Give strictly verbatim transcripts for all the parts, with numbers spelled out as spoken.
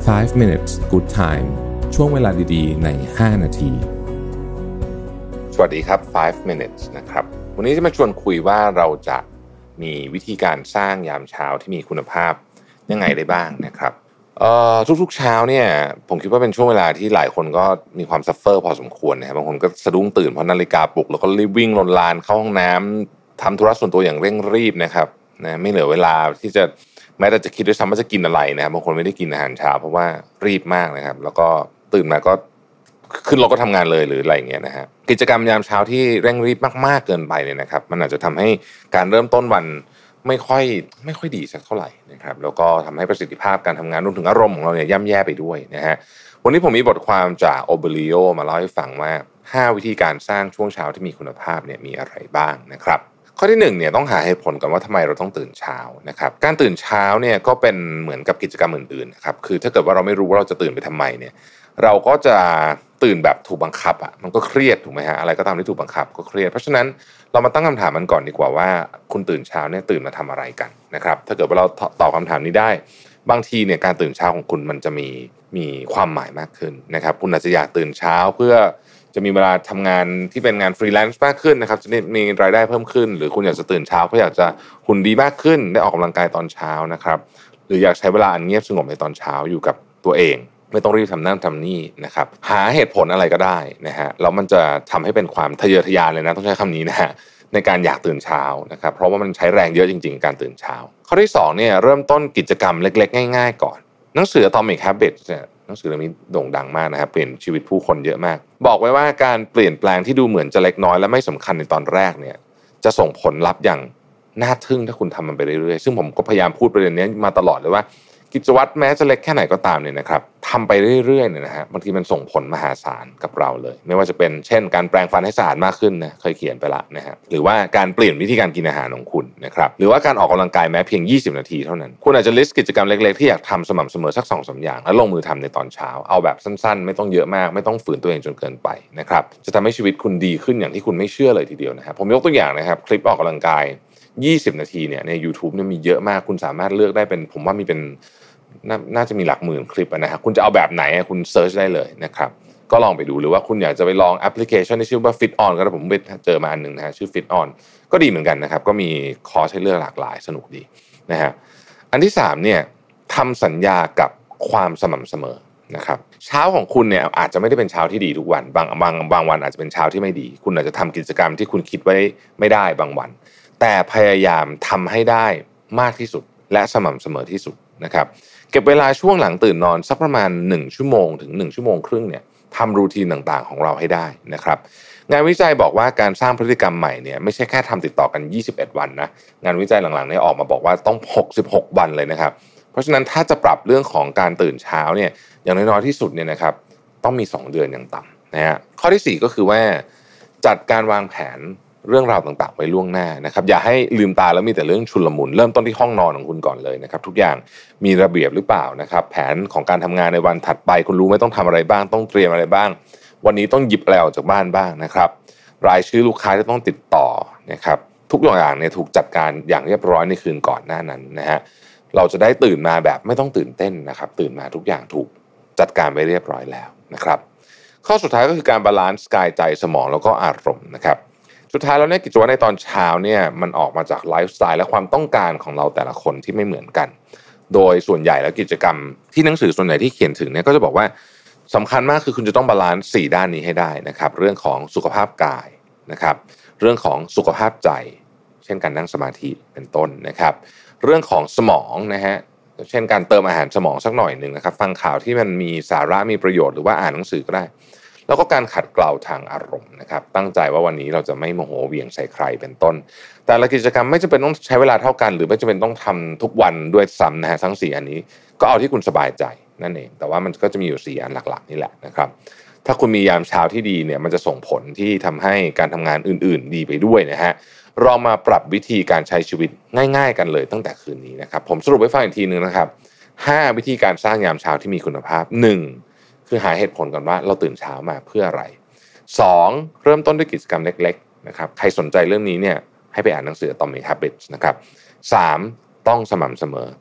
five minutes good time ช่วงเวลาดีๆในห้านาทีสวัสดีครับfive minutes นะครับวันนี้จะมาชวนคุยว่าเราจะมีวิธีการสร้างยามเช้าที่มีคุณภาพยังไงได้บ้างนะครับเอ่อทุกๆเช้าเนี่ยผมคิดว่าเป็นช่วงเวลาที่หลายคนก็มีความซัฟเฟอร์พอสมควรนะครับบางคนก็สะดุ้งตื่นเพราะนาฬิกาปลุกแล้วก็รีบวิ่งลนลานเข้าห้องน้ำทำธุระส่วนตัวอย่างเร่งรีบนะครับนะไม่เหลือเวลาที่จะแม้แต่จะคิดด้วยซ้ำว่าจะกินอะไรนะครับบางคนไม่ได้กินอาหารเช้าเพราะว่ารีบมากนะครับแล้วก็ตื่นมาก็ขึ้นรถก็ทำงานเลยหรืออะไรอย่างเงี้ยนะฮะกิจกรรมยามเช้าที่เร่งรีบมากๆเกินไปเนี่ยนะครับมันอาจจะทำให้การเริ่มต้นวันไม่ค่อยไม่ค่อยดีสักเท่าไหร่นะครับแล้วก็ทำให้ประสิทธิภาพการทำงานรวมถึงอารมณ์ของเราเนี่ยย่ำแย่ไปด้วยนะฮะวันนี้ผมมีบทความจากโอเบริโอมาเล่าให้ฟังว่าห้าวิธีการสร้างช่วงเช้าที่มีคุณภาพเนี่ยมีอะไรบ้างนะครับข้อที่หนึ่งเนี่ยต้องหาเหตุผลก่อนว่าทำไมเราต้องตื่นเช้านะครับการตื่นเช้าเนี่ยก็เป็นเหมือนกับกิจกรรมอื่นๆนะครับคือถ้าเกิดว่าเราไม่รู้ว่าเราจะตื่นไปทำไมเนี่ยเราก็จะตื่นแบบถูกบังคับอ่ะมันก็เครียดถูกไหมฮะอะไรก็ตามที่ถูกบังคับก็เครียดเพราะฉะนั้นเรามาตั้งคำถามมันก่อนดีกว่าว่าคุณตื่นเช้าเนี่ยตื่นมาทำอะไรกันนะครับถ้าเกิดว่าเราตอบคำถามนี้ได้บางทีเนี่ยการตื่นเช้าของคุณมันจะมีมีความหมายมากขึ้นนะครับคุณอาจจะอยากตื่นเช้าเพื่อจะมีเวลาทำงานที่เป็นงานฟรีแลนซ์มากขึ้นนะครับจะมีรายได้เพิ่มขึ้นหรือคุณอยากจะตื่นเช้าเพราะอยากจะหุ่นดีมากขึ้นได้ออกกำลังกายตอนเช้านะครับหรืออยากใช้เวลาอันเงียบสงบในตอนเช้าอยู่กับตัวเองไม่ต้องรีบทำนั่นทำนี่นะครับหาเหตุผลอะไรก็ได้นะฮะแล้วมันจะทำให้เป็นความทะเยอทะยานเลยนะต้องใช้คำนี้นะฮะในการอยากตื่นเช้านะครับเพราะว่ามันใช้แรงเยอะจริงๆการตื่นเช้าข้อที่สองเนี่ยเริ่มต้นกิจกรรมเล็กๆง่ายๆก่อนหนังสือ Atomic Habits เนี่ยหนังสือเล่มนี้โด่งดังมากนะครับเปลี่ยนชีวิตผู้คนเยอะมากบอกไว้ว่าการเปลี่ยนแปลงที่ดูเหมือนจะเล็กน้อยและไม่สำคัญในตอนแรกเนี่ยจะส่งผลลัพธ์อย่างน่าทึ่งถ้าคุณทำมันไปเรื่อยๆซึ่งผมก็พยายามพูดประเด็นนี้มาตลอดเลยว่ากิจวัตรแม้จะเล็กแค่ไหนก็ตามเนี่ยนะครับทำไปเรื่อยๆเนี่ยนะฮะบางทีมันส่งผลมหาศาลกับเราเลยไม่ว่าจะเป็นเช่นการแปรงฟันให้สะอาดมากขึ้นนะเคยเขียนไปละนะฮะหรือว่าการเปลี่ยนวิธีการกินอาหารของคุณนะครับหรือว่าการออกกำลังกายแม้เพียงยี่สิบนาทีเท่านั้นคุณอาจจะลิสต์กิจกรรมเล็กๆที่อยากทำสม่ำเสมอสัก สองถึงสาม อย่างแล้วลงมือทำในตอนเช้าเอาแบบสั้นๆไม่ต้องเยอะมากไม่ต้องฝืนตัวเองจนเกินไปนะครับจะทำให้ชีวิตคุณดีขึ้นอย่างที่คุณไม่เชื่อเลยทีเดียวนะครับผมยกตัวอย่างนะครับคลิปออกกำลังกายยี่สิบนาทีเนี่ยใน YouTube เนี่ยมีเยอะมากคุณสามารถเลือกได้เป็นผมว่ามีเป็นนาน่าจะมีหลักหมื่นคลิปนะครับคุณจะเอาแบบไหนคุณเซิร์ชได้เลยนะครับก็ลองไปดูหรือว่าคุณอยากจะไปลองแอปพลิเคชันที่ชื่อว่า Fit On ก็ได้ผมไปเจอมาอันนึงนะฮะชื่อ Fit On ก็ดีเหมือนกันนะครับก็มีคอร์สให้เลือกหลากหลายสนุกดีนะฮะอันที่สามเนี่ยทำสัญญากับความสม่ำเสมอนะครับเช้าของคุณเนี่ยอาจจะไม่ได้เป็นเช้าที่ดีทุกวันบางบางบางวันอาจจะเป็นเช้าที่ไม่ดีคุณอาจจะทำกิจกรรมที่คุณคิดไว้ไม่ได้บางวันแต่พยายามทำให้ได้มากที่สุดและสม่ำเสมอที่สุดนะครับเก็บเวลาช่วงหลังตื่นนอนสักประมาณหนึ่งชั่วโมงถึงหนึ่งชั่วโมงครึ่งเนี่ยทำรูทีนต่างๆของเราให้ได้นะครับงานวิจัยบอกว่าการสร้างพฤติกรรมใหม่เนี่ยไม่ใช่แค่ทำติดต่อกันยี่สิบเอ็ดวันนะงานวิจัยหลังๆนี้ออกมาบอกว่าต้องหกสิบหกวันเลยนะครับเพราะฉะนั้นถ้าจะปรับเรื่องของการตื่นเช้าเนี่ยอย่างน้อยๆที่สุดเนี่ยนะครับต้องมีสองเดือนอย่างต่ำนะฮะข้อที่สี่ก็คือว่าจัดการวางแผนเรื่องราวต่างๆไว้ล่วงหน้านะครับอย่าให้ลืมตาแล้วมีแต่เรื่องชุลมุนเริ่มต้นที่ห้องนอนของคุณก่อนเลยนะครับทุกอย่างมีระเบียบหรือเปล่านะครับแผนของการทำงานในวันถัดไปคุณรู้ไหมต้องทำอะไรบ้างต้องเตรียมอะไรบ้างวันนี้ต้องหยิบอะไรออกจากบ้านบ้างนะครับรายชื่อลูกค้าที่ต้องติดต่อนะครับทุกอย่างเนี่ยถูกจัดการอย่างเรียบร้อยในคืนก่อนหน้านั้นนะฮะเราจะได้ตื่นมาแบบไม่ต้องตื่นเต้นนะครับตื่นมาทุกอย่างถูกจัดการไว้เรียบร้อยแล้วนะครับข้อสุดท้ายก็คือการบาลานซ์กายใจสมองแล้วก็อารมณ์นะครับสุดท้ายแล้วเนี่ยกิจวัตรในตอนเช้าเนี่ยมันออกมาจากไลฟ์สไตล์และความต้องการของเราแต่ละคนที่ไม่เหมือนกันโดยส่วนใหญ่แล้วกิจกรรมที่หนังสือส่วนใหญ่ที่เขียนถึงเนี่ยก็จะบอกว่าสำคัญมากคือคุณจะต้องบาลานซ์สี่ด้านนี้ให้ได้นะครับเรื่องของสุขภาพกายนะครับเรื่องของสุขภาพใจเช่นการนั่งสมาธิเป็นต้นนะครับเรื่องของสมองนะฮะเช่นการเติมอาหารสมองสักหน่อยหนึ่งนะครับฟังข่าวที่มันมีสาระมีประโยชน์หรือว่าอ่านหนังสือก็ได้แล้วก็การขัดเกลาทางอารมณ์นะครับตั้งใจว่าวันนี้เราจะไม่โมโหเวียงใส่ใครเป็นต้นแต่ละกิจกรรมไม่จำเป็นต้องใช้เวลาเท่ากันหรือไม่จำเป็นต้องทำทุกวันด้วยซ้ำนะฮะทั้งสี่อันนี้ก็เอาที่คุณสบายใจนั่นเองแต่ว่ามันก็จะมีอยู่สี่อันหลักๆนี่แหละนะครับถ้าคุณมียามเช้าที่ดีเนี่ยมันจะส่งผลที่ทำให้การทำงานอื่นๆดีไปด้วยนะฮะเรามาปรับวิธีการใช้ชีวิตง่ายๆกันเลยตั้งแต่คืนนี้นะครับผมสรุปให้ฟังอีกทีนึงนะครับห้าวิธีการสร้างยามเช้าที่มีคุณภาพหนึ่งคือหาเหตุผลก่อนว่าเราตื่นเช้ามาเพื่ออะไรสองเริ่มต้นด้วยกิจกรรมเล็กๆนะครับใครสนใจเรื่องนี้เนี่ยให้ไปอ่านหนังสือ Atomic Habits นะครับสามต้องสม่ำเสมอ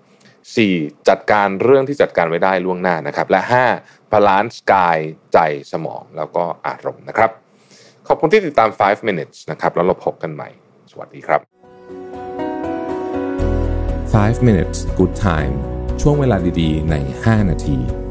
สี่จัดการเรื่องที่จัดการไว้ได้ล่วงหน้านะครับและห้าบาลานซ์กายใจสมองแล้วก็อารมณ์นะครับขอบคุณที่ติดตามไฟว์ minutes นะครับแล้วเราพบกันใหม่สวัสดีครับไฟว์ minutes good time ช่วงเวลาดีๆในห้านาที